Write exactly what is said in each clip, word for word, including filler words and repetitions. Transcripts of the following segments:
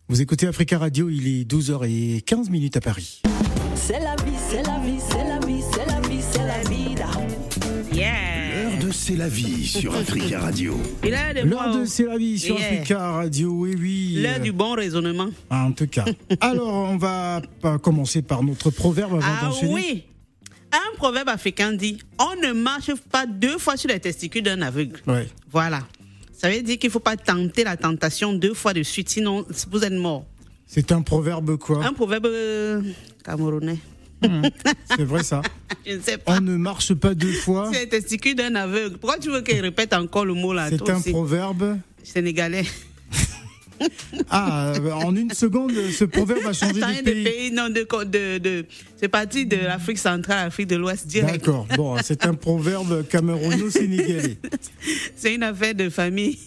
Vous écoutez Africa Radio, il est douze heures quinze à Paris. C'est la vie, c'est la vie, c'est la vie, c'est la vie, c'est la vida. Yeah. L'heure de C'est la vie sur Africa Radio. L'heure de C'est la vie sur yeah. Africa Radio, oui, oui. L'heure du bon raisonnement. Ah, en tout cas. Alors, on va commencer par notre proverbe avant ah, d'enchaîner. Oui. Un proverbe africain dit « On ne marche pas deux fois sur les testicules d'un aveugle. Ouais. » Voilà. Ça veut dire qu'il ne faut pas tenter la tentation deux fois de suite, sinon vous êtes mort. C'est un proverbe quoi? Un proverbe euh, camerounais. Mmh, c'est vrai ça. Je ne sais pas. On ne marche pas deux fois. C'est les testicules d'un aveugle. Pourquoi tu veux qu'il répète encore le mot là? C'est un aussi proverbe sénégalais. Ah, en une seconde, ce proverbe a changé Attends, de pays. de pays. Non, de, de, de, c'est parti de l'Afrique centrale à l'Afrique de l'Ouest direct. D'accord, bon, c'est un proverbe camerouno-sénégalais. C'est une affaire de famille.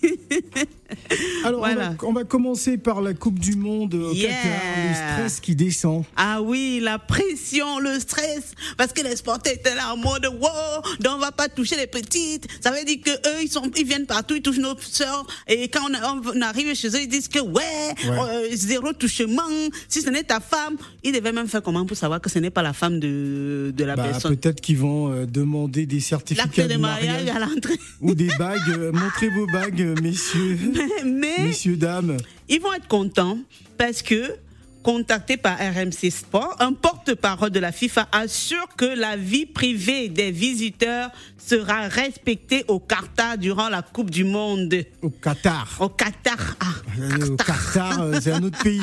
Alors, voilà. on, va, on va commencer par la Coupe du Monde au yeah. Qatar, le stress qui descend. Ah oui, la pression, le stress, parce que les sportifs étaient là en mode wow, donc on va pas toucher les petites. Ça veut dire que eux, ils sont, ils viennent partout, ils touchent nos sœurs, et quand on, on arrive chez eux, ils disent que ouais, ouais. Euh, zéro touchement. Si ce n'est ta femme, ils devaient même faire comment pour savoir que ce n'est pas la femme de de la bah, personne. Peut-être qu'ils vont euh, demander des certificats de, de mariage, mariage à l'entrée ou des bagues. Euh, montrez vos bagues, messieurs. Mais, Messieurs, dames. Ils vont être contents parce que, contacté par R M C Sport, un porte-parole de la FIFA assure que la vie privée des visiteurs sera respectée au Qatar durant la Coupe du Monde. Au Qatar. Au Qatar. Ah, euh, au Qatar, euh, c'est un autre pays.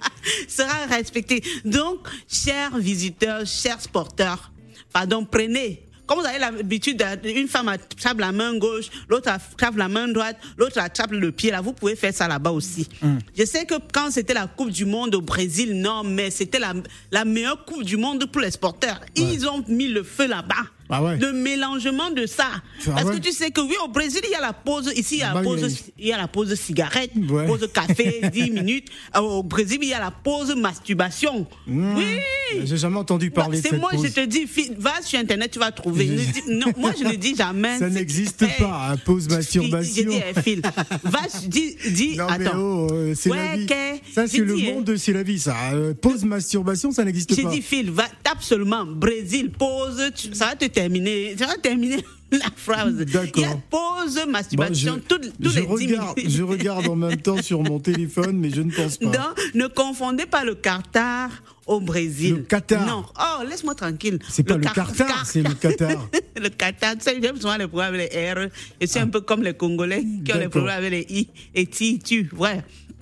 Sera respectée. Donc, chers visiteurs, chers sporteurs, pardon, prenez. Comme vous avez l'habitude, une femme attrape la main gauche, l'autre attrape la main droite, l'autre attrape le pied. Là, vous pouvez faire ça là-bas aussi. Mm. Je sais que quand c'était la Coupe du Monde au Brésil, non, mais c'était la, la meilleure Coupe du Monde pour les sporteurs. Ouais. Ils ont mis le feu là-bas. Ah ouais. Le mélangement de ça. Ah Parce ouais. que tu sais que oui, au Brésil, il y a la pause, ici, il y a la, bah, pause, il y a... Il y a la pause cigarette, ouais. pause café, dix minutes. Au Brésil, il y a la pause masturbation. Mmh. Oui. J'ai jamais entendu parler bah, de cette moi, pause. C'est moi, je te dis, va sur Internet, tu vas trouver. Je... Dis, non, moi, je ne dis jamais. Ça n'existe hey, pas, hein, pause masturbation. J'ai dit, hey, Phil, va, dis, dis, non, attends. Mais oh, euh, c'est ouais, la vie. Okay. Ça, c'est le dit, monde, c'est la vie, ça. Euh, pause masturbation, ça n'existe pas. J'ai dit, Phil, va, tape seulement Brésil, pause, tu, ça va te terminer. Ça va terminer la phrase. D'accord. Il y a pause, masturbation, bon, je, tous les dix regarde, minutes. Je regarde en même temps sur mon téléphone, mais je ne pense pas. Non, ne confondez pas le Qatar au Brésil. Le Qatar. Non. Oh, laisse-moi tranquille. C'est pas le, le Qatar, car... c'est le Qatar. Le Qatar, tu sais, j'aime souvent les problèmes avec les R. Je suis ah. un peu comme les Congolais qui D'accord. ont les problèmes avec les I et Ti, tu. Ouais.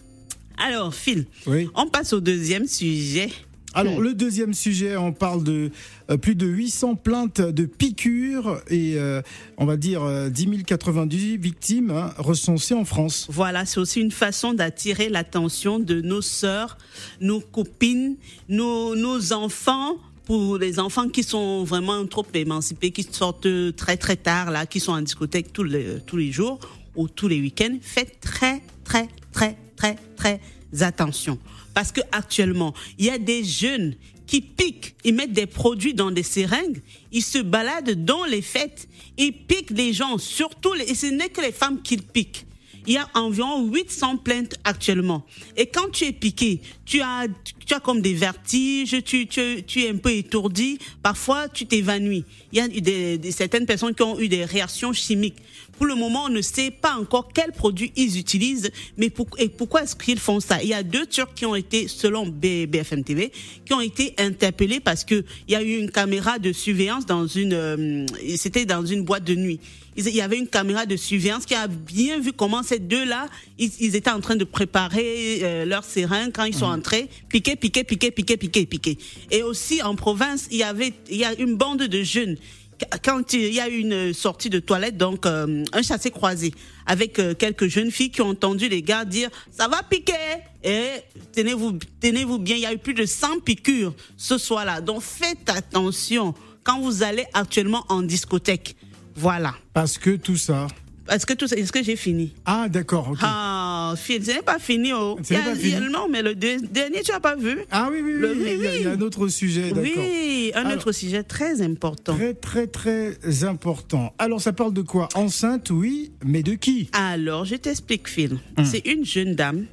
Alors, Phil, oui. on passe au deuxième sujet. Alors, le deuxième sujet, on parle de euh, plus de huit cents plaintes de piqûres et, euh, on va dire, euh, dix mille quatre-vingt-dix victimes hein, recensées en France. Voilà, c'est aussi une façon d'attirer l'attention de nos sœurs, nos copines, nos, nos enfants, pour les enfants qui sont vraiment trop émancipés, qui sortent très, très tard, là, qui sont en discothèque tous les, tous les jours ou tous les week-ends. Faites très, très, très, très, très attention. Parce que actuellement, il y a des jeunes qui piquent, ils mettent des produits dans des seringues, ils se baladent dans les fêtes, ils piquent les gens, surtout les, et ce n'est que les femmes qui piquent. Il y a environ huit cents plaintes actuellement. Et quand tu es piqué, tu as, tu as comme des vertiges, tu, tu, tu es un peu étourdi, parfois tu t'évanouis. Il y a des, des, certaines personnes qui ont eu des réactions chimiques. Pour le moment, on ne sait pas encore quels produits ils utilisent, mais pour, et pourquoi est-ce qu'ils font ça? Il y a deux Turcs qui ont été, selon B F M T V, qui ont été interpellés parce que il y a eu une caméra de surveillance dans une, euh, c'était dans une boîte de nuit. Il y avait une caméra de surveillance qui a bien vu comment ces deux-là, ils, ils étaient en train de préparer euh, leur seringue quand ils sont mmh. entrés, piquer, piquer, piquer, piquer, piquer, piquer. Et aussi en province, il y avait, il y a une bande de jeunes. Quand il y a eu une sortie de toilette, donc euh, un chassé-croisé avec euh, quelques jeunes filles qui ont entendu les gars dire « ça va piquer !» Et tenez-vous, tenez-vous bien, il y a eu plus de cent piqûres ce soir-là. Donc faites attention quand vous allez actuellement en discothèque. Voilà. Parce que tout ça... Est-ce que tout ça, est-ce que j'ai fini? Ah, d'accord, ok. Ah, Phil, ce n'est pas fini, oh. Ce n'est pas fini. Non, mais le deux, dernier, tu n'as pas vu? Ah oui, oui, oui. Le, il, y a, oui. il y a un autre sujet, d'accord. Oui, un Alors, autre sujet très important. Très, très, très important. Alors, ça parle de quoi? Enceinte, oui, mais de qui? Alors, je t'explique, Phil. Hum. C'est une jeune dame,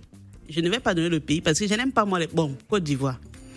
je ne vais pas donner le pays parce que je n'aime pas moi les... Bon, Côte d'Ivoire.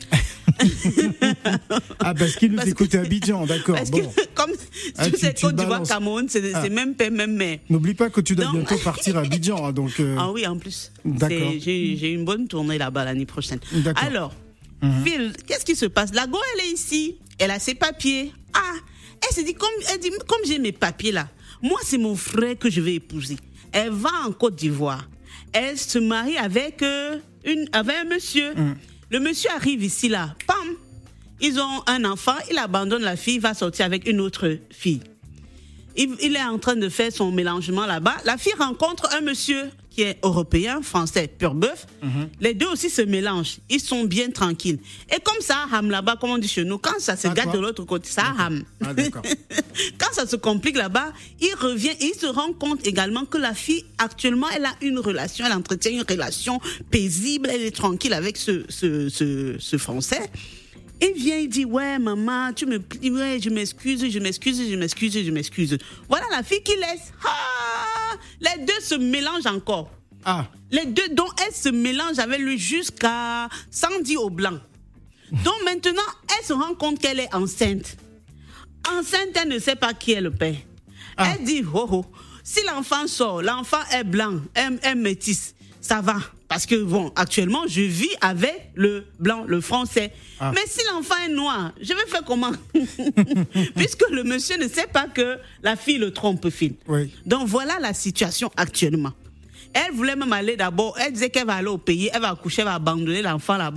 Ah, parce qu'il nous Parce écoute que- à Abidjan, d'accord. Parce Bon. que comme Ah, tu tu- sais, tu Côte d'Ivoire, balances. Cameroun, c'est Ah. c'est même paix, même mais. N'oublie pas que tu dois Non. bientôt partir à Abidjan, hein, donc. euh, Ah oui, en plus. D'accord. C'est- J'ai j'ai une bonne tournée là-bas l'année prochaine. D'accord. Alors, Phil, qu'est-ce qui se passe? La go, elle est ici. Elle a ses papiers. Ah, elle s'est dit, comme, elle dit, comme j'ai mes papiers là, moi, c'est mon frère que je vais épouser. Elle va en Côte d'Ivoire. Elle se marie avec, euh, une, avec un monsieur. Le monsieur arrive ici là. Pam! Ils ont un enfant. Il abandonne la fille, va sortir avec une autre fille. Il, il est en train de faire son mélangement là-bas. La fille rencontre un monsieur qui est européen, français, pur bœuf. Les deux aussi se mélangent. Ils sont bien tranquilles. Et comme ça rame là-bas, comme on dit chez nous, quand ça se Ah, gâte quoi de l'autre côté, ça rame. Ah, d'accord. Quand ça se complique là-bas, il revient et il se rend compte également que la fille, actuellement, elle a une relation, elle entretient une relation paisible, elle est tranquille avec ce, ce, ce, ce Français. Il vient, il dit, ouais, maman, tu me, ouais, je m'excuse, je m'excuse, je m'excuse, je m'excuse. Voilà la fille qui laisse. Ah, les deux se mélangent encore. Ah, Les deux, dont elle se mélange avec lui jusqu'à sans dire au blanc. Donc maintenant, elle se rend compte qu'elle est enceinte. Enceinte, elle ne sait pas qui est le père. Ah. Elle dit, oh oh, si l'enfant sort, l'enfant est blanc, est, est métis, ça va. Parce que bon, actuellement, je vis avec le blanc, le français. Ah. Mais si l'enfant est noir, je vais faire comment? Puisque le monsieur ne sait pas que la fille le trompe, Phil. oui. Donc voilà la situation actuellement. Elle voulait même aller d'abord, elle disait qu'elle va aller au pays, elle va accoucher, elle va abandonner l'enfant là-bas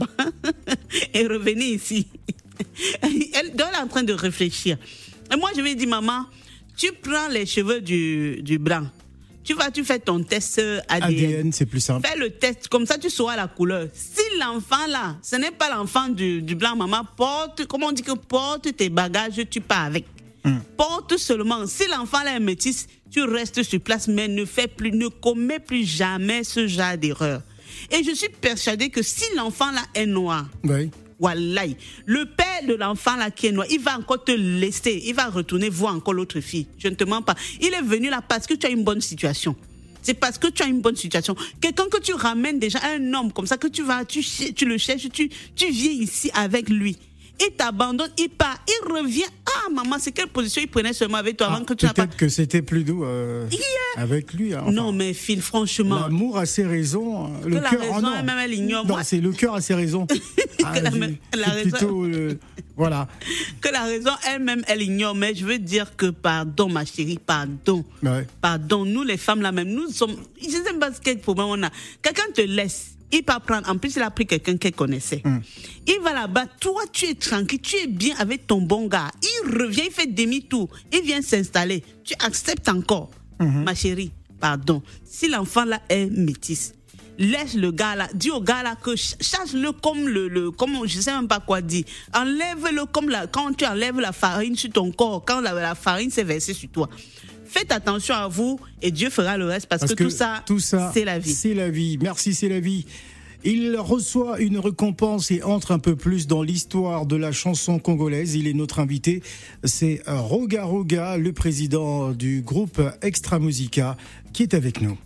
et revenir ici. Elle, donc elle est en train de réfléchir. Et moi je lui ai dit, maman, tu prends les cheveux du, du blanc, tu vas, tu fais ton test A D N. A D N, c'est plus simple. Fais le test, comme ça tu sauras la couleur. Si l'enfant là, ce n'est pas l'enfant du, du blanc, maman, porte, comment on dit que porte tes bagages, tu pars avec. Porte seulement. Si l'enfant là est métis, tu restes sur place, mais ne fais plus, ne commets plus jamais ce genre d'erreur. Et je suis persuadée que si l'enfant là est noir, Oui. wallahi, le père de l'enfant là qui est noir, il va encore te laisser, il va retourner voir encore l'autre fille. Je ne te mens pas. Il est venu là parce que tu as une bonne situation. C'est parce que tu as une bonne situation. Quelqu'un que tu ramènes déjà, un homme comme ça, que tu vas, tu, tu le cherches, tu, tu viens ici avec lui. Il t'abandonne, il part, il revient. Ah, maman, c'est quelle position il prenait seulement avec toi Ah, avant que tu n'as pas. peut-être que c'était plus doux euh, avec lui. hein. Enfin, Non, mais Phil, franchement. L'amour a ses raisons. hein. Le la cœur, raison, ah non. elle-même, elle ignore. Non, Moi- c'est le cœur a ses raisons. Ah, la j'ai- même- la c'est raison- plutôt, euh, voilà. Que la raison elle-même, elle ignore. Mais je veux dire que, pardon, ma chérie, pardon. Ouais. Pardon, nous les femmes là même, nous sommes. Je ne sais pas quel problème on a. Quelqu'un te laisse. Il peut prendre. En plus, il a pris quelqu'un qu'elle connaissait. Mm. Il va là-bas. Toi, tu es tranquille. Tu es bien avec ton bon gars. Il revient, il fait demi-tour. Il vient s'installer. Tu acceptes encore. Mm-hmm. Ma chérie, pardon. Si l'enfant là est métis, laisse le gars là. Dis au gars là que ch- charge-le comme le, le. Comme, je ne sais même pas quoi dire. Enlève-le comme la. Quand tu enlèves la farine sur ton corps, quand la, la farine s'est versée sur toi. Faites attention à vous et Dieu fera le reste parce, Parce que, tout ça, tout ça, c'est la vie. C'est la vie. Merci, c'est la vie. Il reçoit une récompense et entre un peu plus dans l'histoire de la chanson congolaise. Il est notre invité. C'est Roga Roga, le président du groupe Extra Musica, qui est avec nous.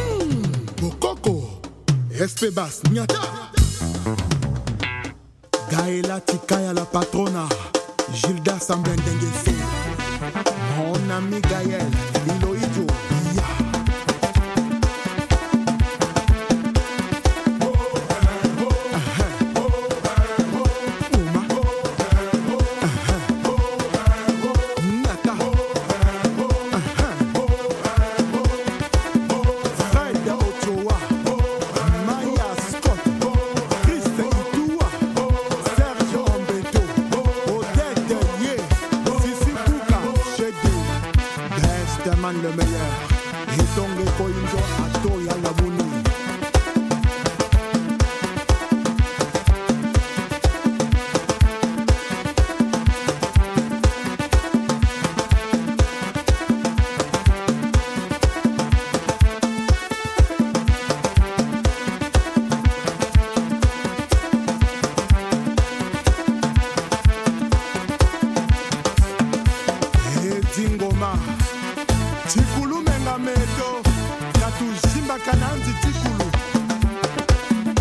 Bokoko, Espebas, Nyata. Gaëla Tikaya la patrona, Gilda Sambendengesi. Mon ami Gaël, Iloïdjo, Ya. Nyata. Fred Ochoa, Maya Scott, Christ Itua, Serge Ombeto, Odette Ye, Sissi Kuka, Shedi, Best man le meilleur, Hitonge Koinjo, Atoya Labuni. Edingoma, Tikulu Menga Medo, Tatu Shimba Kananzi Tikulu.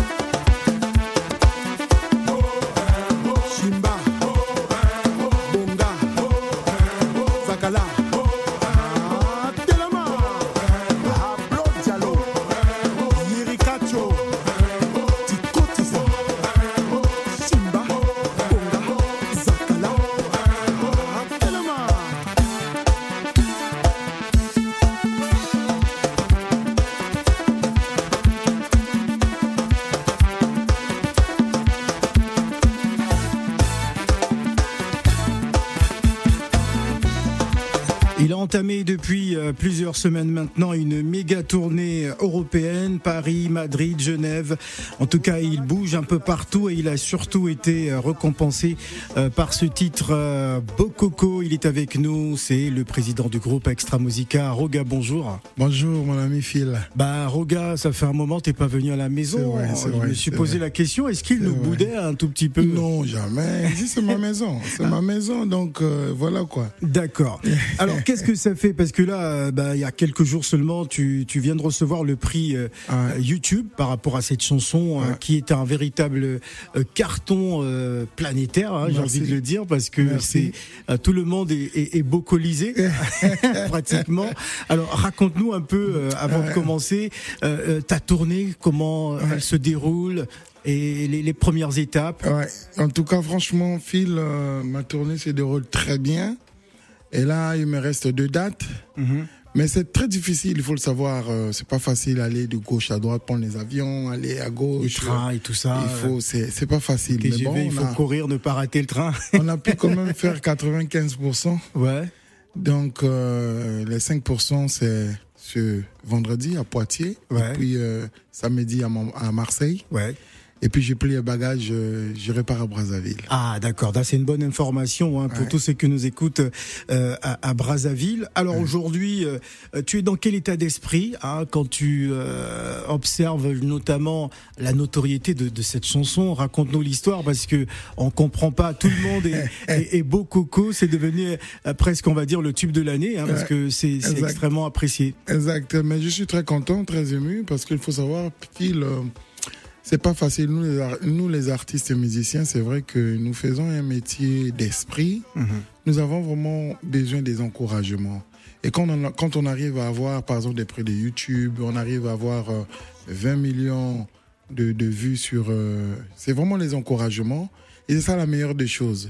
entamé depuis euh, plusieurs semaines maintenant une méga tournée européenne, Paris, Madrid, Genève. En tout cas, il bouge un peu partout et il a surtout été euh, récompensé euh, par ce titre euh, Bokoko. Il est avec nous, c'est le président du groupe Extra Musica. Roga, bonjour. Bonjour mon ami Phil. Bah Roga, ça fait un moment t'es pas venu à la maison. C'est vrai, c'est Je vrai, me suis c'est posé vrai. la question, est-ce qu'il C'est nous vrai. boudait un tout petit peu? Non, jamais. Ici, c'est ma maison. C'est ma maison, donc euh, voilà quoi. D'accord. Alors, qu'est-ce que ça fait? Parce que là, euh, bah, il y a quelques jours seulement, tu, tu viens de recevoir le prix euh, Ouais. YouTube par rapport à cette chanson euh, Ouais. qui est un véritable euh, carton euh, planétaire, hein, j'ai Merci. envie de le dire, parce que Merci. c'est euh, tout le monde est, est, est bocolisé pratiquement. Alors, raconte-nous un peu, euh, avant de Ouais. commencer, euh, euh, ta tournée, comment euh, Ouais. elle se déroule et les, les premières étapes. Ouais. En tout cas, franchement, Phil, euh, ma tournée se déroule très bien. Et là, il me reste deux dates. Mhm. Mais c'est très difficile, il faut le savoir. Euh, c'est pas facile d'aller de gauche à droite, prendre les avions, aller à Les gauche. trains et tout ça. Il faut, c'est, c'est pas facile. T Mais G V, bon, il faut on a, courir, ne pas rater le train. on a pu quand même faire quatre-vingt-quinze pour cent. Ouais. Donc, euh, les cinq pour cent, c'est ce vendredi à Poitiers. Ouais. Et puis, euh, samedi à, Mon- à Marseille. Ouais. Et puis, j'ai pris les bagages, euh, je repars à Brazzaville. Ah d'accord, là, c'est une bonne information hein, pour Ouais. tous ceux qui nous écoutent euh, à, à Brazzaville. Alors aujourd'hui, euh, tu es dans quel état d'esprit hein, quand tu euh, observes notamment la notoriété de, de cette chanson? Raconte-nous l'histoire parce que on comprend pas. Tout le monde est, est, est beau coco. C'est devenu euh, presque, on va dire, le tube de l'année hein, parce Ouais. que c'est c'est Exact. extrêmement apprécié. Exact. Mais je suis très content, très ému, parce qu'il faut savoir, Phil, euh, c'est pas facile. Nous les, ar- nous, les artistes et musiciens, c'est vrai que nous faisons un métier d'esprit. Nous avons vraiment besoin des encouragements. Et quand on, a- quand on arrive à avoir, par exemple, des prix de YouTube, on arrive à avoir euh, vingt millions de, de vues sur... euh, c'est vraiment les encouragements. Et c'est ça la meilleure des choses.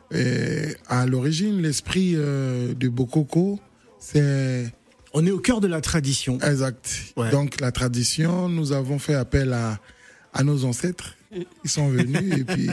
Et à l'origine, l'esprit euh, de Bokoko, c'est... On est au cœur de la tradition. Exact. Ouais. Donc la tradition, nous avons fait appel à, à nos ancêtres. Ils sont venus et puis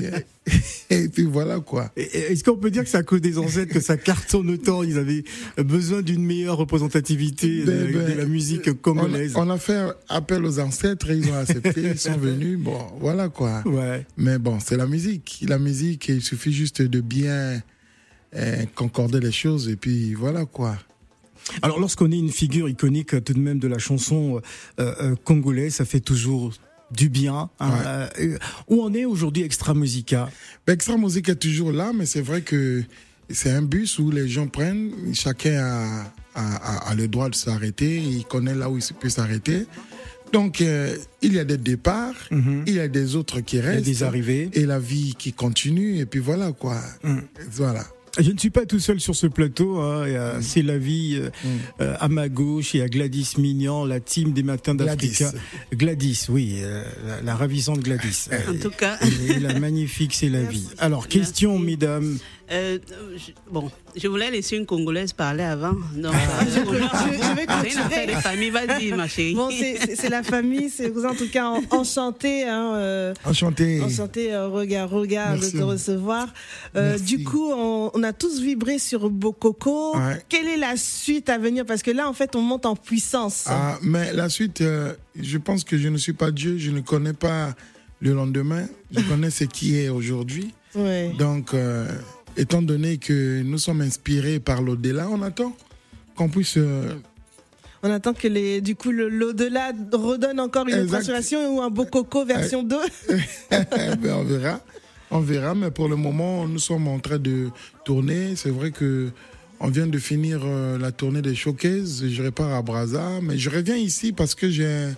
et puis voilà quoi. Et- et Est-ce qu'on peut dire que c'est à cause des ancêtres que ça cartonne autant? Ils avaient besoin d'une meilleure représentativité de, Ben, ben, de la musique On a, congolaise. on a fait appel aux ancêtres et ils ont accepté, ils sont venus. Bon, voilà quoi. Ouais. Mais bon, c'est la musique. La musique, il suffit juste de bien euh, concorder les choses et puis voilà quoi. Alors, lorsqu'on est une figure iconique euh, tout de même de la chanson euh, euh, congolaise, ça fait toujours du bien. Hein. Ouais. Euh, où on est aujourd'hui, Extra Musica? Ben, Extra Musique est toujours là, mais c'est vrai que c'est un bus où les gens prennent, chacun a, a, a- a le droit de s'arrêter, il connaît là où il peut s'arrêter. Donc, euh, il y a des départs, Mhm. il y a des autres qui Il y a restent, des arrivées. et la vie qui continue, et puis voilà quoi. Mhm. Voilà. Je ne suis pas tout seul sur ce plateau. Hein. Il y a C'est la vie euh, Mm. euh, à ma gauche. Il y a Gladys Mignan, la team des Matins d'Africa. Gladys, oui, euh, la, la ravissante Gladys. En tout cas, Et la magnifique, c'est la vie. Alors, Merci. question, mesdames. euh, je, bon, je voulais laisser une Congolaise parler avant. Donc, Ah. euh, Je- on a- je- je vais c'est une affaire continuer. de famille. Vas-y, ma chérie. Bon, c'est- c'est c'est la famille, c'est vous en tout cas en- enchanté, hein, euh, Enchanté. enchanté, euh, regard, regard de Merci. te recevoir. Euh, Merci. du coup, on, on a tous vibré sur Bokoko. Ouais. Quelle est la suite à venir? Parce que là, en fait, on monte en puissance. Ah, mais la suite, euh, je pense que je ne suis pas Dieu, je ne connais pas le lendemain, je connais ce qui est aujourd'hui. Ouais. Donc, euh, étant donné que nous sommes inspirés par l'au-delà, on attend qu'on puisse... euh, On attend que les, du coup, le- l'au-delà redonne encore une Exact. transformation ou un Bokoko version deux. ben, on verra. On verra, mais pour le moment, nous sommes en train de tourner. C'est vrai que on vient de finir euh, la tournée des showcases. Je repars à Brazza, mais je reviens ici parce que j'ai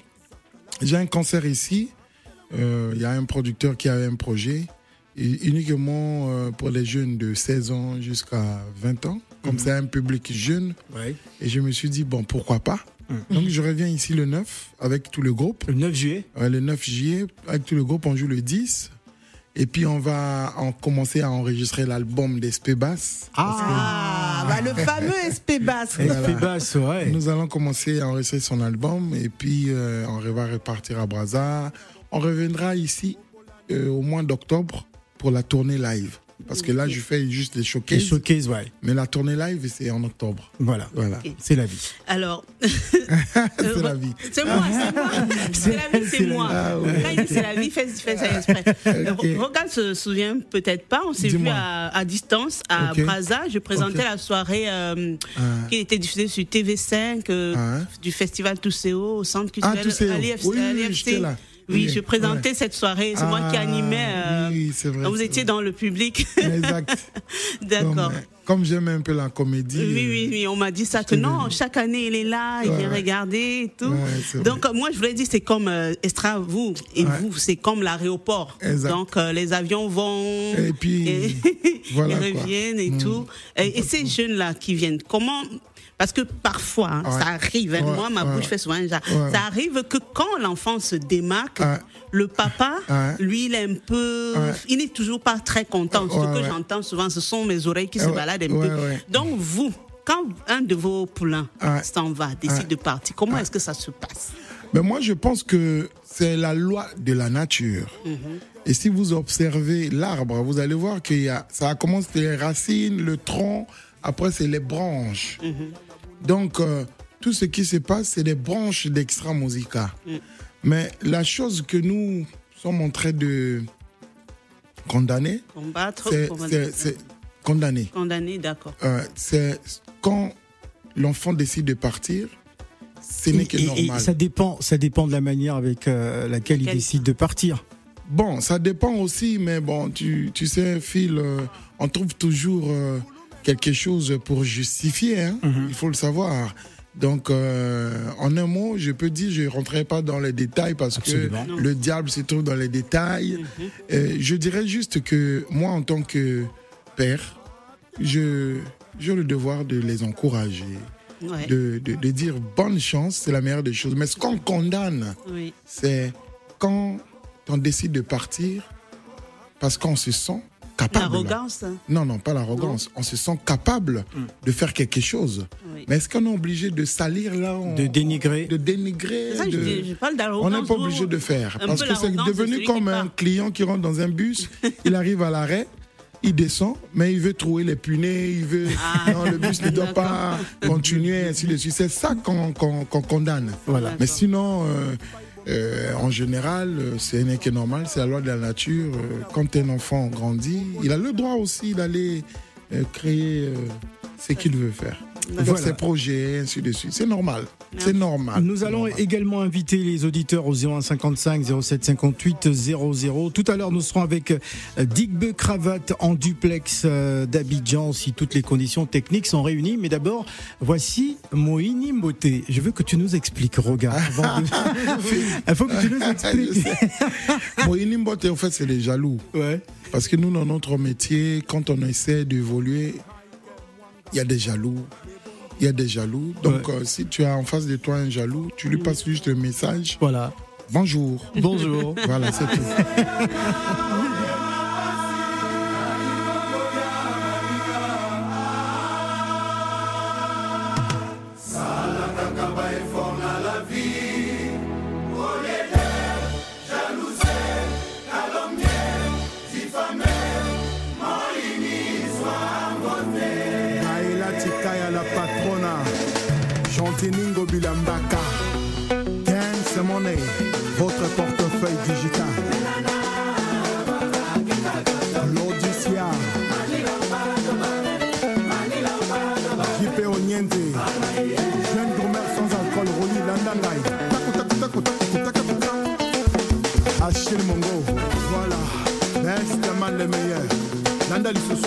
j'ai un concert ici. Euh, Il y a un producteur qui a un projet et uniquement euh, pour les jeunes de seize ans jusqu'à vingt ans. Comme c'est un public jeune. Ouais. Et je me suis dit, bon, pourquoi pas. Donc je reviens ici le neuf avec tout le groupe. Le neuf juillet. Ouais, le neuf juillet, avec tout le groupe, on joue le dix. Et puis, on va en commencer à enregistrer l'album d'Espé Bass. Ah, bah, le fameux S P Bass. Elle fait basse, ouais. Nous allons commencer à enregistrer son album. Et puis, euh, on va repartir à Brazza. On reviendra ici euh, au mois d'octobre pour la tournée live. Parce que là, Ok. je fais juste les Les showcases. showcases, ouais. Mais la tournée live, c'est en octobre. Voilà. Voilà. Ok. C'est la vie. Alors, C'est la vie. c'est moi, c'est moi. C'est la vie, c'est C'est la moi. vie. Ah ouais. Quand il dit c'est la vie, fais, fais ça exprès. Regarde, se souvient peut-être pas. On s'est vu Dis-moi. à, à distance à Ok. Brazza. Je présentais Ok. la soirée euh, Ah. qui était diffusée sur T V cinq euh, Ah. du festival Tousseo au centre Ah, culturel Tousseo. à l'I F C. Oui, oui, à l'I F C. j'étais là. Oui, Oui, je présentais ouais. cette soirée. C'est moi qui Ah, animais. euh, oui, c'est vrai, Vous c'est étiez vrai. dans le public. Exact. D'accord. Comme, euh, comme j'aime un peu la comédie. Oui, euh, oui, oui, on m'a dit ça, que t'ai non, vu. chaque année il est là, il Ouais, vient ouais. regarder et tout. Ouais, c'est Donc euh, moi je voulais dire, c'est comme euh, Estra, vous, et Ouais. vous, c'est comme l'aéroport. Exact. Donc euh, les avions vont, Et puis, et- voilà, ils quoi. reviennent et Mm. tout. Et, et ces jeunes-là qui viennent, comment... Parce que parfois, hein, Ouais. ça arrive, hein, Ouais, moi ma ouais. bouche fait souvent un genre, Ouais. ça arrive que quand l'enfant se démarque, Ouais. le papa, Ouais. lui, il est un peu... Ouais. Il n'est toujours pas très content. Ce Ouais, que ouais. j'entends souvent, ce sont mes oreilles qui se Ouais, baladent un ouais, peu. ouais. Donc vous, quand un de vos poulains Ouais. s'en va, décide Ouais. de partir, comment est-ce que ça se passe? Mais moi, je pense que c'est la loi de la nature. Et si vous observez l'arbre, vous allez voir qu'il y a, ça commence les racines, le tronc, après c'est les branches. Donc, euh, tout ce qui se passe, c'est les branches d'Extra Musica. Mais la chose que nous sommes en train de condamner, Combattre, c'est, comment c'est, dire ça? c'est condamner. Condamné, d'accord. Euh, c'est quand l'enfant décide de partir, ce n'est Et, que et- et normal. ça dépend, ça dépend de la manière avec euh, laquelle il Laquelle- décide de partir. Bon, ça dépend aussi, mais bon, tu, tu sais, Phil, euh, on trouve toujours euh, quelque chose pour justifier, hein, il faut le savoir. Donc, euh, en un mot, je peux dire, je ne rentrerai pas dans les détails parce Absolument. que le diable se trouve dans les détails. Euh, je dirais juste que moi, en tant que père, je, j'ai le devoir de les encourager, Ouais. de, de, de dire bonne chance, c'est la meilleure des choses. Mais ce qu'on condamne, Oui. c'est quand on décide de partir parce qu'on se sent capable. L'arrogance. Non, non, pas l'arrogance. On se sent capable de faire quelque chose. Oui. Mais est-ce qu'on est obligé de salir là on- De dénigrer. De dénigrer C'est ça que je, de- dis, je parle On d'arrogance. n'est pas vous, obligé de faire. un Parce peu que c'est l'arrogance de devenu celui comme qui un part. client qui rentre dans un bus, il arrive à l'arrêt, il descend, mais il veut trouver les punais, il veut. Ah. Non, le bus ne doit D'accord. pas continuer, ainsi de suite. C'est ça qu'on qu'on- qu'on condamne. Voilà. Mais sinon, euh, euh, en général, euh, ce n'est que normal, c'est la loi de la nature. Euh, Quand un enfant grandit, il a le droit aussi d'aller euh, créer euh, ce qu'il veut faire. Faire Voilà. ses projets, ainsi de suite. C'est normal. C'est normal. Nous C'est allons normal. également inviter les auditeurs au zéro un cinquante-cinq zéro sept cinquante-huit zéro zéro. Tout à l'heure, nous serons avec euh, Digbe Cravate en duplex euh, d'Abidjan si toutes les conditions techniques sont réunies. Mais d'abord, voici Moïni Mboté. Je veux que tu nous expliques, Roga. avant de- Il faut que tu nous Je expliques. sais. Moïni Mbote, en fait, c'est les jaloux. Ouais. Parce que nous, dans notre métier, quand on essaie d'évoluer, il y a des jaloux. Il y a des jaloux. Donc, Ouais. euh, si tu as en face de toi un jaloux, tu lui passes juste le message. Voilà. Bonjour. Bonjour. Voilà, c'est tout. Naila Tikaya la patrona, Chantiningo Bilambaka, Dance Money, votre portefeuille digital. L'Odyssea, J P Onyente, jeune gourmet sans alcool, Roli Landangai, Taku Taku Taku Taku Taku Taku, Achille Mongo, voilà, best man le meilleur, Nanda Lissousou.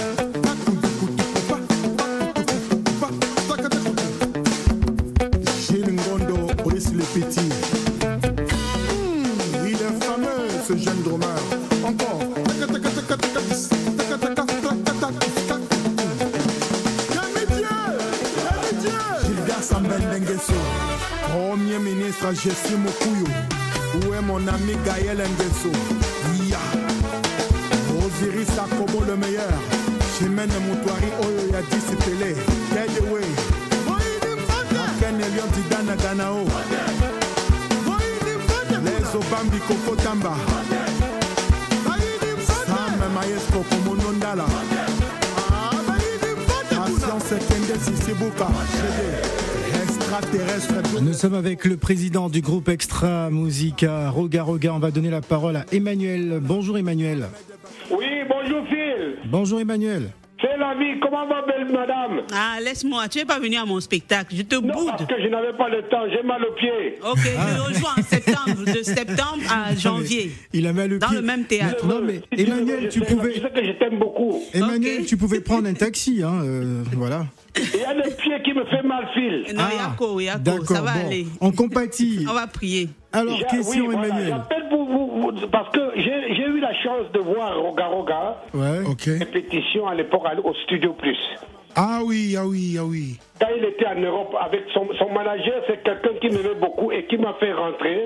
Gilles Ngondo, Brice le Petit. Mmh, il est fameux ce jeune drummer. Encore. Gilbert Sambel Ndengeso, Premier ministre Jessie Mokuyo. Où est mon ami Gaël Ngeso? Ya. Osiris Akobo le meilleur. Chimène Moutouari Oyo ya disipelé. Get away. Ken Elion Didana Ganao. Les Obambi Koko Tamba. Sam maestro como nondala Patience Kende Sisibuka extraterrestre. Nous sommes avec le président du groupe Extra Musica, Roga Roga. On va donner la parole à Emmanuel. Bonjour Emmanuel. Oui, bonjour Phil. Bonjour Emmanuel. C'est la vie, comment va belle madame? Ah, laisse-moi, tu n'es pas venu à mon spectacle, je te boude. Non, parce que je n'avais pas le temps, j'ai mal au pied. Ok, ah. je rejoins en septembre, de septembre à janvier. Il a mal au pied. Dans le même théâtre. Non, mais si Emmanuel, tu, tu pouvais... Tu sais que je t'aime beaucoup. Emmanuel, okay. Tu pouvais prendre un taxi, hein, euh, voilà. Il y a le pied qui me fait mal, Phil. Non, ah, Yako, Yako, ça va bon. aller. On compatit. On va prier. Alors, j'ai, question oui, Emmanuel. Voilà, j'appelle vous, vous, vous, parce que j'ai, j'ai eu la chance de voir Roga Roga, ouais, okay. répétition à l'époque au Studio Plus. Ah oui, ah oui, ah oui. Quand il était en Europe avec son, son manager, c'est quelqu'un qui m'aimait beaucoup et qui m'a fait rentrer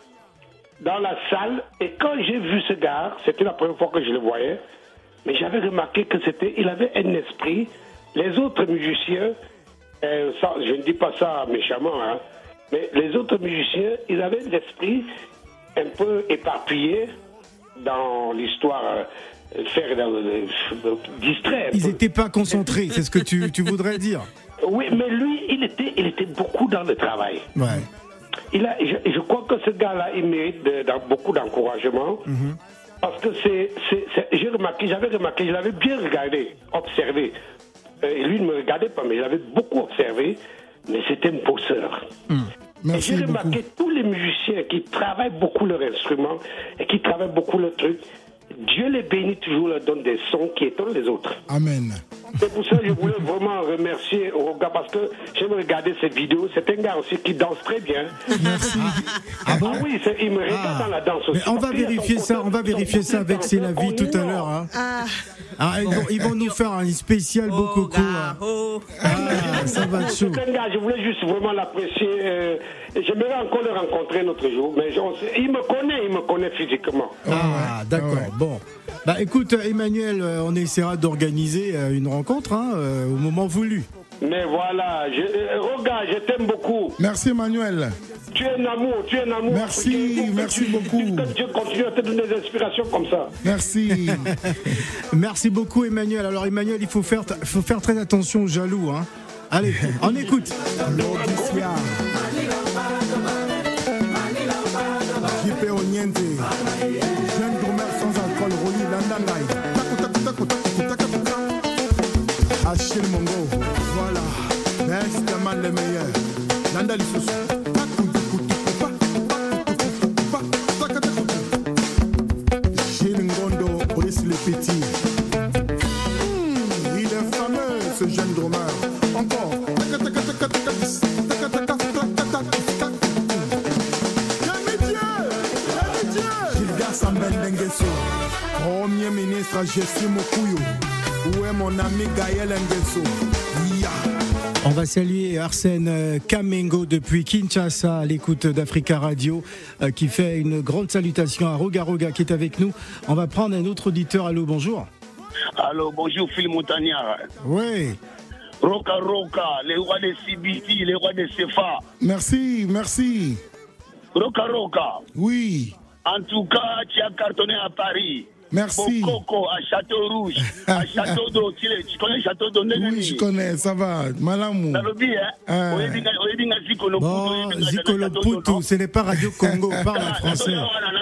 dans la salle. Et quand j'ai vu ce gars, c'était la première fois que je le voyais, mais j'avais remarqué que c'était, il avait un esprit. Les autres musiciens, euh, ça, je ne dis pas ça méchamment, hein, mais les autres musiciens, ils avaient l'esprit un peu éparpillé dans l'histoire, euh, faire euh, euh, distrait. Ils n'étaient pas concentrés, c'est ce que tu, tu voudrais dire. Oui, mais lui, il était, il était beaucoup dans le travail. Ouais. Il a, je, je crois que ce gars-là, il mérite de, de, beaucoup d'encouragement. Mm-hmm. Parce que c'est, c'est, c'est, j'ai remarqué, j'avais remarqué, je l'avais bien regardé, observé. Et lui ne me regardait pas, mais je l'avais beaucoup observé, mais c'était un bosseur. Mmh. Merci et j'ai remarqué beaucoup. Tous les musiciens qui travaillent beaucoup leur instrument et qui travaillent beaucoup le truc, Dieu les bénit toujours, leur donne des sons qui étonnent les autres. Amen. C'est pour ça que je voulais vraiment remercier Roga parce que j'aime regarder ses vidéos. C'est un gars aussi qui danse très bien. Merci. Ah, bon? Ah oui, c'est, il me regarde ah. dans la danse aussi. Mais on va vérifier ça, on va vérifier ça avec C'est la vie tout à l'heure. Hein. Ah. Ah, ils, vont, ils vont nous faire un spécial oh, Bokoko. Hein. Oh. Ah, ça va être chaud. C'est un gars, je voulais juste vraiment l'apprécier. Euh, j'aimerais encore le rencontrer un autre jour. Mais genre, il me connaît, il me connaît physiquement. Ah, d'accord. Ah ouais. Bon. Bah écoute, Emmanuel, on essaiera d'organiser une rencontre hein, au moment voulu. Mais voilà, je, Roga, je t'aime beaucoup. Merci Emmanuel. Tu es un amour, tu es un amour. Merci, merci tu, beaucoup. Que Dieu continue à te donner des inspirations comme ça. Merci. Merci beaucoup Emmanuel. Alors Emmanuel, il faut faire, faut faire très attention aux jaloux. Hein. Allez, on écoute. L'Odyssia. J P Onyente. Jeune drummer sans alcool, Roli Landangai. Achille Mongo. Voilà. Best man le meilleur. Nanda Lissousou. Gilles Ngondo, Brice le Petit. Mmh, il est fameux ce jeune drummer. Encore. Premier ministre Jessie Mokuyo. Où est mon ami Gaël Nguesso? Yeah. On va saluer Arsène Kamengo depuis Kinshasa à l'écoute d'Africa Radio euh, qui fait une grande salutation à Roga Roga qui est avec nous. On va prendre un autre auditeur. Allô, bonjour. Allô, bonjour Phil Montagnard. Oui. Roka Roka, les rois de C B T, les rois de C F A. Merci, merci. Roka Roka. Oui. En tout cas, tu as cartonné à Paris. Merci. Coco à Château Rouge, à Château d'eau. Tu connais Château d'eau? Oui, je connais, ça va. Malamou. Nalobi, hein? Bon, Zikolo Poutou, ce n'est pas Radio Congo, on parle en français.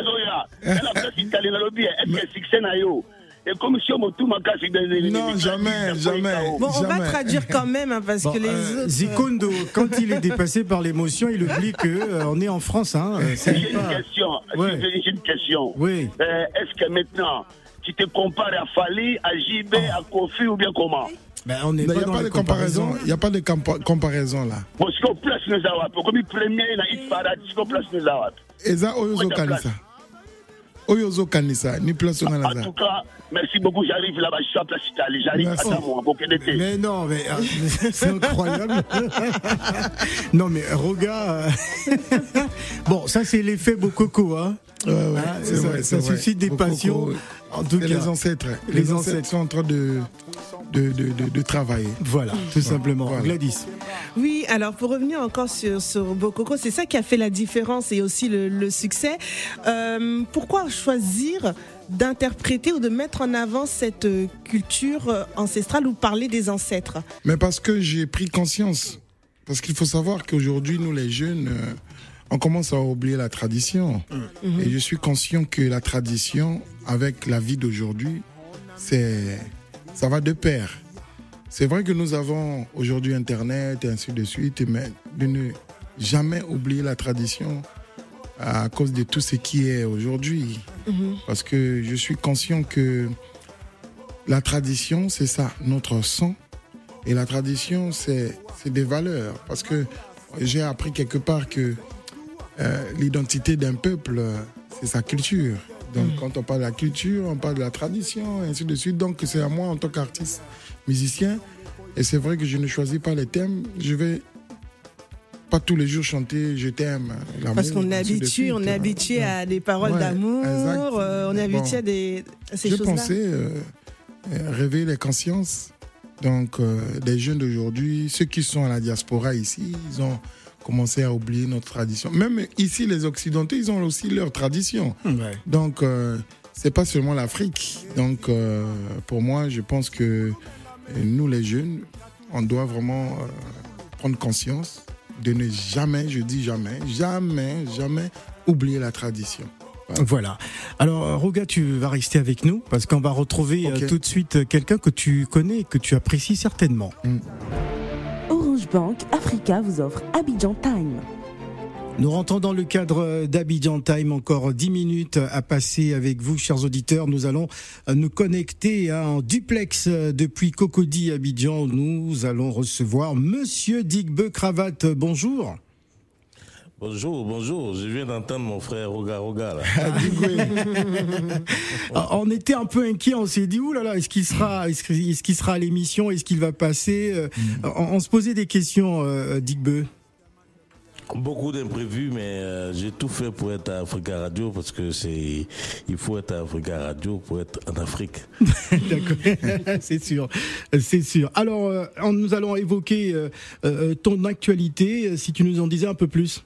Non, jamais, jamais. Bon, on jamais. va traduire quand même, hein, parce bon, que les euh, autres... Zikondo, quand il est dépassé par l'émotion, il oublie qu'on euh, est en France. Hein, c'est j'ai pas... une question. Ouais. J'ai une question. Oui. Euh, est-ce que maintenant, tu te compares à Fali, à J B, oh. à Kofi ou bien comment? Ben, on n'est pas dans pas de comparaison. Il n'y a pas de compa- comparaison là. Bon, si on place nous avons, comme premier, il y a une parade, si on place nous avons. Et ça, Oyozo Kanisa. Oyozo Kanisa, ni place on a là. En tout cas, merci beaucoup, j'arrive là-bas, je suis à Place Italie, j'arrive à moi, pour d'été. Mais non, mais euh, c'est incroyable. Non, mais Roga. Euh... bon, ça, c'est l'effet Bokoko, hein. Ouais, ouais, hein, c'est ça, vrai, ça c'est suscite vrai. des passions. En tout cas, les ancêtres. Les, les ancêtres, ancêtres sont en train de, de, de, de, de travailler. Voilà, tout simplement. Voilà. Gladys. Oui, alors pour revenir encore sur, sur Bokoko, c'est ça qui a fait la différence et aussi le, le succès. Euh, pourquoi choisir d'interpréter ou de mettre en avant cette euh, culture euh, ancestrale ou parler des ancêtres? Mais parce que j'ai pris conscience. Parce qu'il faut savoir qu'aujourd'hui, nous les jeunes, euh, on commence à oublier la tradition. Mmh. Et je suis conscient que la tradition, avec la vie d'aujourd'hui, c'est, ça va de pair. C'est vrai que nous avons aujourd'hui Internet et ainsi de suite, mais de ne jamais oublier la tradition à cause de tout ce qui est aujourd'hui. Mmh. Parce que je suis conscient que la tradition, c'est ça, notre sang. Et la tradition, c'est, c'est des valeurs. Parce que j'ai appris quelque part que euh, l'identité d'un peuple, c'est sa culture. Donc, mmh. quand on parle de la culture, on parle de la tradition, et ainsi de suite. Donc, c'est à moi, en tant qu'artiste, musicien. Et c'est vrai que je ne choisis pas les thèmes. Je vais pas tous les jours chanter « Je t'aime ». Parce qu'on est habitué, on est habitué à des paroles ouais, d'amour, euh, on est habitué bon, à, des, à ces je choses-là. Je pensais euh, réveiller les consciences. Donc, euh, des jeunes d'aujourd'hui, ceux qui sont à la diaspora ici, ils ont commencé à oublier notre tradition. Même ici, les Occidentaux, ils ont aussi leur tradition. Ouais. Donc, euh, c'est pas seulement l'Afrique. Donc, euh, pour moi, je pense que nous, les jeunes, on doit vraiment euh, prendre conscience de ne jamais, je dis jamais, jamais, jamais oublier la tradition. Voilà. voilà. Alors, Roga, tu vas rester avec nous parce qu'on va retrouver okay. euh, tout de suite quelqu'un que tu connais et que tu apprécies certainement. Mm. Orange Bank Africa vous offre Abidjan Time. Nous rentrons dans le cadre d'Abidjan Time, encore dix minutes à passer avec vous, chers auditeurs. Nous allons nous connecter en duplex depuis Cocody, Abidjan. Nous allons recevoir Monsieur Digbe Cravate. Bonjour. Bonjour, bonjour. Je viens d'entendre mon frère Roga Roga là. On était un peu inquiets, on s'est dit oulala, est-ce qu'il sera, est-ce qu'il sera à l'émission, est-ce qu'il va passer mm. on, on se posait des questions, euh, Digbe. Beaucoup d'imprévus, mais euh, j'ai tout fait pour être à Africa Radio parce que c'est, il faut être à Africa Radio pour être en Afrique. D'accord, c'est sûr, c'est sûr. Alors, euh, nous allons évoquer euh, euh, ton actualité, si tu nous en disais un peu plus.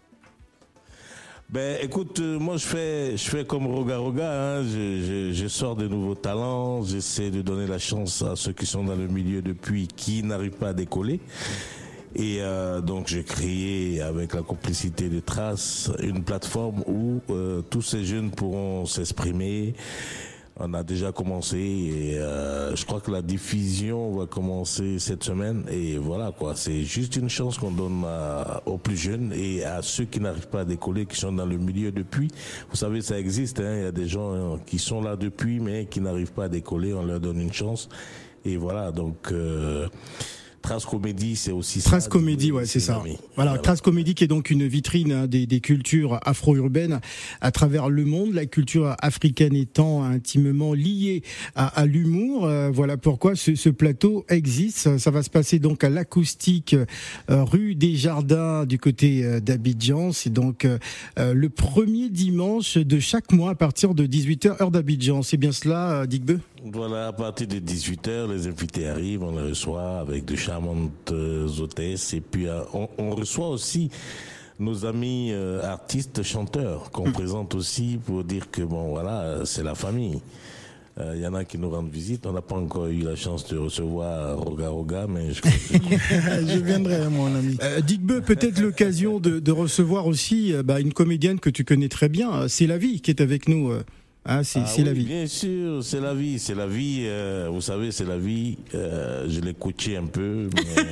Ben, écoute, euh, moi je fais, je fais comme Roga Roga, hein, je, je, je sors de nouveaux talents, j'essaie de donner la chance à ceux qui sont dans le milieu depuis, qui n'arrivent pas à décoller. Et euh, donc j'ai créé avec la complicité de Trace une plateforme où euh, tous ces jeunes pourront s'exprimer. On a déjà commencé et euh, je crois que la diffusion va commencer cette semaine et voilà quoi, c'est juste une chance qu'on donne à, aux plus jeunes et à ceux qui n'arrivent pas à décoller, qui sont dans le milieu depuis. Vous savez, ça existe, hein, il y a des gens hein, qui sont là depuis mais qui n'arrivent pas à décoller, on leur donne une chance et voilà donc... Euh, Trace Comédie, c'est aussi ça. Trace Comédie, ouais, c'est ça. Voilà, voilà. Trace Comédie qui est donc une vitrine hein, des, des cultures afro-urbaines à travers le monde. La culture africaine étant intimement liée à, à l'humour. Euh, voilà pourquoi ce, ce plateau existe. Ça va se passer donc à l'Acoustique, euh, rue des Jardins, du côté euh, d'Abidjan. C'est donc euh, le premier dimanche de chaque mois à partir de dix-huit heures, heure d'Abidjan. C'est bien cela, Digbe ? Voilà, à partir de dix-huit heures, les invités arrivent, on les reçoit avec de charmantes hôtesses et puis euh, on, on reçoit aussi nos amis euh, artistes chanteurs qu'on mmh. présente aussi pour dire que bon voilà, c'est la famille. Il euh, y en a qui nous rendent visite. On n'a pas encore eu la chance de recevoir Roga Roga, mais je crois que... je viendrai, mon ami. Euh, Digbe, peut-être l'occasion de, de recevoir aussi euh, bah, une comédienne que tu connais très bien, C'est la vie, qui est avec nous. Euh. Ah, c'est, ah, c'est oui, la vie. Bien sûr, c'est la vie, c'est la vie. Euh, vous savez, c'est la vie. Euh, je l'ai coaché un peu. Mais...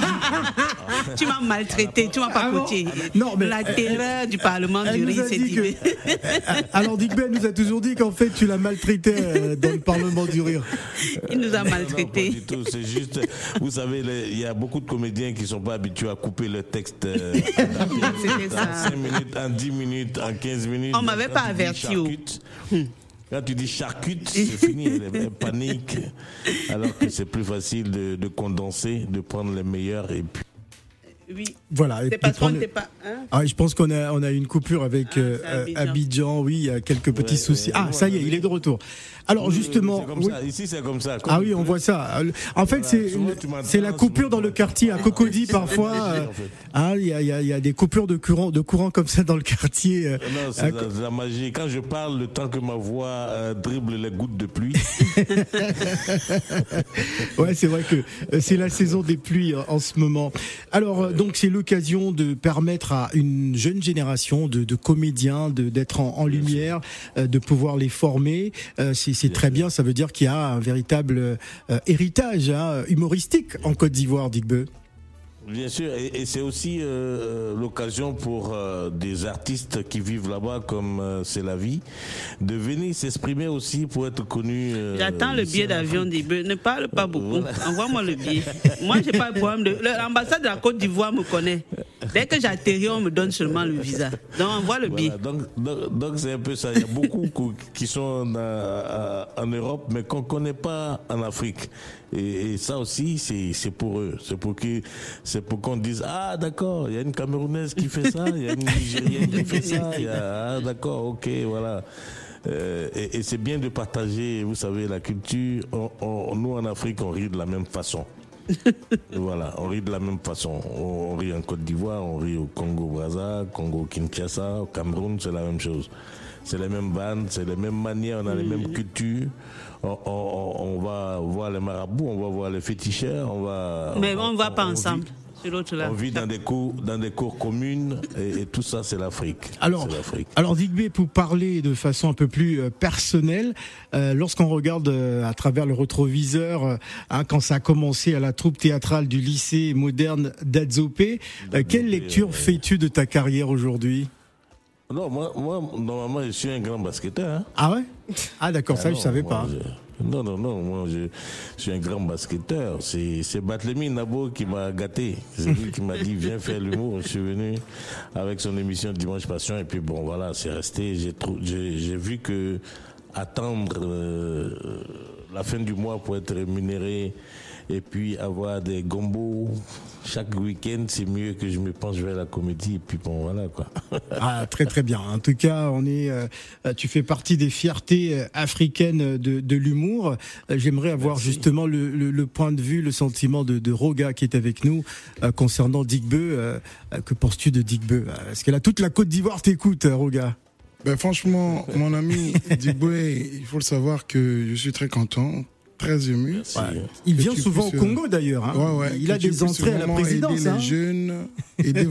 tu m'as maltraité, tu m'as pas ah coaché. Non, mais la terreur du Parlement du riz, c'est que... Alors, Digbe nous a toujours dit qu'en fait, tu l'as maltraité dans le Parlement du rire. Il nous a maltraité. Non, pas du tout. C'est juste, vous savez, il y a beaucoup de comédiens qui sont pas habitués à couper le texte euh, en cinq minutes, en dix minutes, en quinze minutes. On m'avait pas averti. Quand tu dis charcute, c'est fini, elle panique. Alors que c'est plus facile de, de condenser, de prendre les meilleurs et puis. Oui. Voilà. C'est parce qu'on n'était pas. Hein? Ah, je pense qu'on a, on a une coupure avec ah, euh, Abidjan. Abidjan. Oui, il y a quelques petits ouais, soucis. Ouais, ah, ouais, ça y est, ouais. il est de retour. Alors, justement. C'est comme oui. ça. Ici, c'est comme ça. Comme ah oui, on voit ça. En fait, voilà, c'est, c'est la coupure dans le quartier à Cocody, parfois. Euh, en fait. Ah, il y a, il y a, il y a des coupures de courant, de courant comme ça dans le quartier. Euh, non, c'est la, la magie. Quand je parle, le temps que ma voix euh, dribble les gouttes de pluie. Ouais, c'est vrai que c'est la saison des pluies en ce moment. Alors, donc, c'est l'occasion de permettre à une jeune génération de, de comédiens de, d'être en, en lumière, euh, de pouvoir les former. Euh, c'est c'est très bien, ça veut dire qu'il y a un véritable euh, héritage hein, humoristique en Côte d'Ivoire, Digbe. Bien sûr, et, et c'est aussi euh, l'occasion pour euh, des artistes qui vivent là-bas, comme euh, c'est la vie, de venir s'exprimer aussi pour être connus. Euh, J'attends le billet d'avion d'Igbe. Ne parle pas beaucoup. Voilà. Envoie-moi le billet. Moi, j'ai pas de problème. De... L'ambassade de la Côte d'Ivoire me connaît. Dès que j'atterris, on me donne seulement le visa. Donc, envoie le billet. Voilà, donc, donc, donc, c'est un peu ça. Il y a beaucoup qui sont dans, en Europe, mais qu'on ne connaît pas en Afrique. Et, et ça aussi, c'est, c'est pour eux. C'est pour, que, c'est pour qu'on dise, ah d'accord, il y a une Camerounaise qui fait ça, il y a une Nigérienne qui fait ça. Il y a, ah d'accord, ok, voilà. Euh, et, et c'est bien de partager, vous savez, la culture. On, on, nous, en Afrique, on rit de la même façon. Voilà, on rit de la même façon. On, on rit en Côte d'Ivoire, on rit au Congo-Brazza, Congo-Kinshasa, au Cameroun, c'est la même chose. C'est les mêmes bandes, c'est les mêmes manières, on a les mêmes cultures. On, on, on va voir les marabouts, on va voir les féticheurs, on va. Mais on ne va pas on ensemble. Vit, sur l'autre là. On vit dans des cours, dans des cours communes, et, et tout ça, c'est l'Afrique. Alors, c'est l'Afrique. alors Digbe, pour parler de façon un peu plus euh, personnelle, euh, lorsqu'on regarde euh, à travers le rétroviseur, euh, hein, quand ça a commencé à la troupe théâtrale du lycée moderne d'Adzopé, euh, quelle lecture euh, fais-tu de ta carrière aujourd'hui? Non, moi, moi, normalement, je suis un grand basketteur. Hein. Ah ouais? Ah d'accord, ah ça non, je savais moi, pas. Je... Non, non, non, moi je, je suis un grand basketteur. C'est, c'est Barthélemy Nabo qui m'a gâté. C'est lui qui m'a dit viens faire l'humour. Je suis venu avec son émission Dimanche Passion et puis bon voilà, c'est resté. J'ai, trou... j'ai, j'ai vu que attendre euh, la fin du mois pour être rémunéré et puis avoir des gombos chaque week-end, c'est mieux que je me penche vers la comédie et puis bon voilà quoi. Ah très très bien. En tout cas, on est, euh, tu fais partie des fiertés africaines de, de l'humour. J'aimerais avoir Merci. justement le, le, le point de vue, le sentiment de, de Roga qui est avec nous euh, concernant Digbe. Euh, que penses-tu de Digbe? Est-ce que là toute la Côte d'Ivoire t'écoute, Roga? Ben franchement, mon ami Digbe, il faut le savoir que je suis très content. Très ému. Ouais. Il vient souvent au Congo euh... d'ailleurs. Hein. Ouais, ouais. Il a des entrées à la présidence. Aider hein. les jeunes, aider...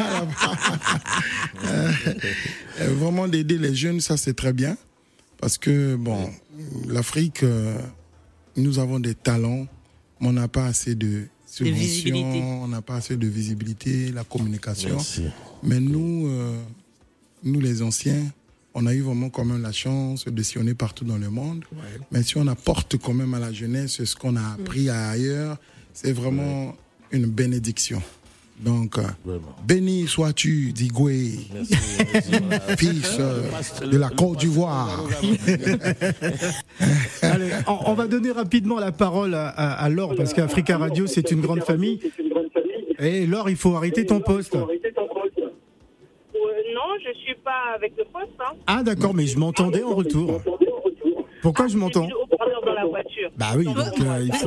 euh, vraiment d'aider les jeunes, ça c'est très bien. Parce que bon, l'Afrique, euh, nous avons des talents, mais on n'a pas assez de subventions, on n'a pas assez de visibilité, la communication. Merci. Mais nous, euh, nous les anciens, on a eu vraiment quand même la chance de sillonner partout dans le monde. Ouais. Mais si on apporte quand même à la jeunesse ce qu'on a appris ailleurs, c'est vraiment ouais. une bénédiction. Donc, vraiment. Béni sois-tu, Digbe, fils euh, de la Côte d'Ivoire. Allez, on, on va donner rapidement la parole à, à, à Laure, parce qu'Africa Radio, c'est une grande famille. Et Laure, il faut arrêter ton poste. Non, je ne suis pas avec le poste. Hein. Ah d'accord, mais je m'entendais en retour. Pourquoi ah, je m'entends? Dans la voiture. Bah oui, donc euh, il faut...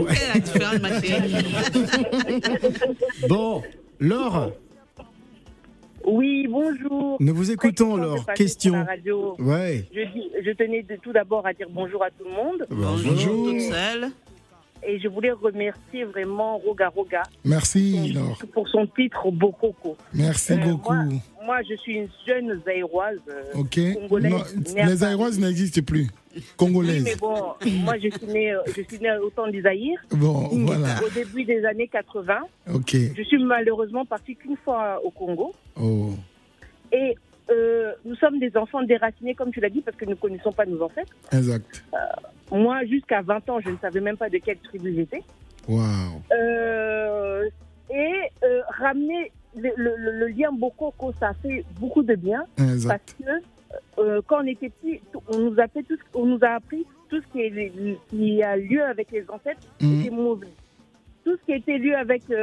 Bon, Laure. Oui, bonjour. Nous vous écoutons, Laure. Question. Ouais. Je, dis, je tenais de, tout d'abord à dire bonjour à tout le monde. Bonjour. Bonjour, toute seule. Et je voulais remercier vraiment Roga Roga. Merci, pour, Laure. Pour son titre Bokoko. Merci euh, beaucoup. Moi, moi, je suis une jeune Zaïroise euh, okay. congolaise. Non, les Zaïroises n'existent plus. Congolaises. Oui, mais bon, moi, je suis née, je suis née au temps du Zaïre. Bon, voilà. Au début des années quatre-vingts. Ok. Je suis malheureusement partie qu'une fois au Congo. Oh. Et euh, nous sommes des enfants déracinés, comme tu l'as dit, parce que nous ne connaissons pas nos ancêtres. Exact. Euh, moi, jusqu'à vingt ans, je ne savais même pas de quelle tribu j'étais. Waouh. Euh, et euh, ramener le, le, le lien Bokoko, ça fait beaucoup de bien. Exact. Parce que euh, quand on était petits, on nous a appris tout, on nous a appris tout ce qui, est, qui a lieu avec les ancêtres, mmh. c'était mauvais. Tout ce qui était lieu avec euh,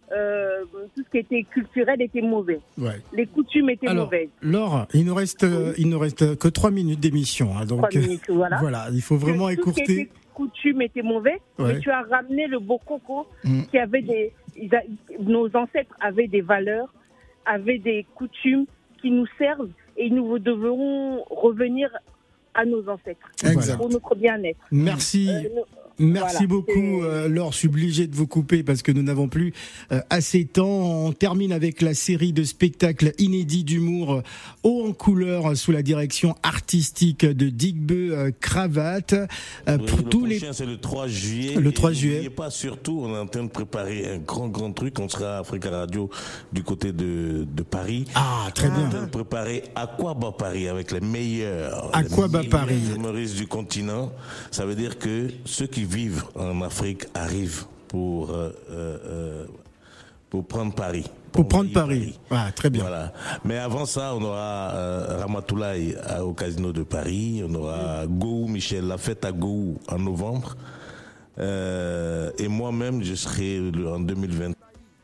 euh, tout ce qui était culturel était mauvais. Ouais. Les coutumes étaient Alors, mauvaises. Laure, il nous reste, oui. il nous reste que trois minutes d'émission. Hein, donc, trois minutes, voilà. voilà, il faut vraiment que, écourter. Tout ce qui était coutume était mauvais, ouais. mais tu as ramené le bokoko mmh. qui avait des, a, nos ancêtres avaient des valeurs, avaient des coutumes qui nous servent et nous devrons revenir à nos ancêtres exact. Pour notre bien-être. Merci. Euh, nous, Merci voilà, beaucoup, euh, Laure. Je suis obligé de vous couper parce que nous n'avons plus euh, assez de temps. On termine avec la série de spectacles inédits d'humour euh, haut en couleur euh, sous la direction artistique de Digbe euh, Cravate. Euh, oui, pour le tous prochain, les... c'est le trois juillet. Le trois juillet. N'oubliez pas, surtout, on est en train de préparer un grand, grand truc. On sera à Africa Radio du côté de, de Paris. Ah, très bien. On est en train de préparer Aquaba Paris avec les meilleurs. Aquaba les Paris. humoristes du continent. Ça veut dire que ceux qui vivent en Afrique arrivent pour euh, euh, pour prendre Paris. Pour, pour prendre Paris. Paris. Ah, très bien. Voilà. Mais avant ça, on aura euh, Ramatoulaye au Casino de Paris. On aura Gou Michel, la fête à Gou en novembre. Euh, et moi-même, je serai en deux mille vingt-trois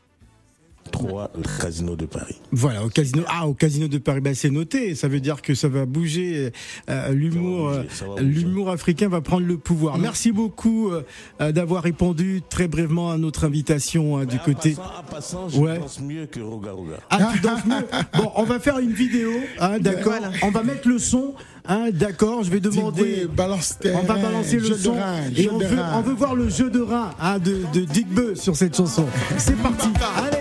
le Casino de Paris. Voilà, au Casino, ah, au Casino de Paris, ben, c'est noté. Ça veut dire que ça va bouger. Euh, l'humour, ça va bouger, ça va bouger. L'humour africain va prendre le pouvoir. Mmh. Merci beaucoup euh, d'avoir répondu très brièvement à notre invitation hein, du à côté. Passant, à passant, je ouais. danse mieux que Roga Roga. Ah, tu danses mieux. Bon, on va faire une vidéo, hein, d'accord. Voilà. On va mettre le son. Hein, d'accord, je vais demander. Balance on va balancer le son rein, et on veut, on veut voir le jeu de rein hein, de, de Digbe sur cette chanson. C'est parti. Allez.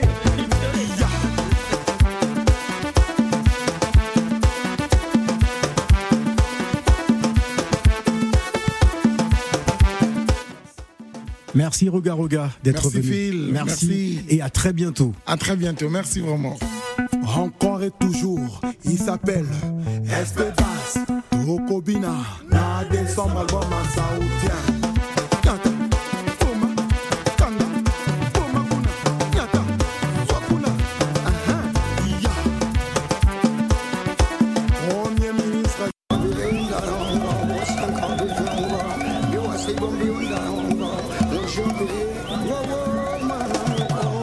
Merci Roga Roga d'être Merci venu. Phil. Merci. Merci et à très bientôt. À très bientôt. Merci vraiment. Encore et toujours, il s'appelle S P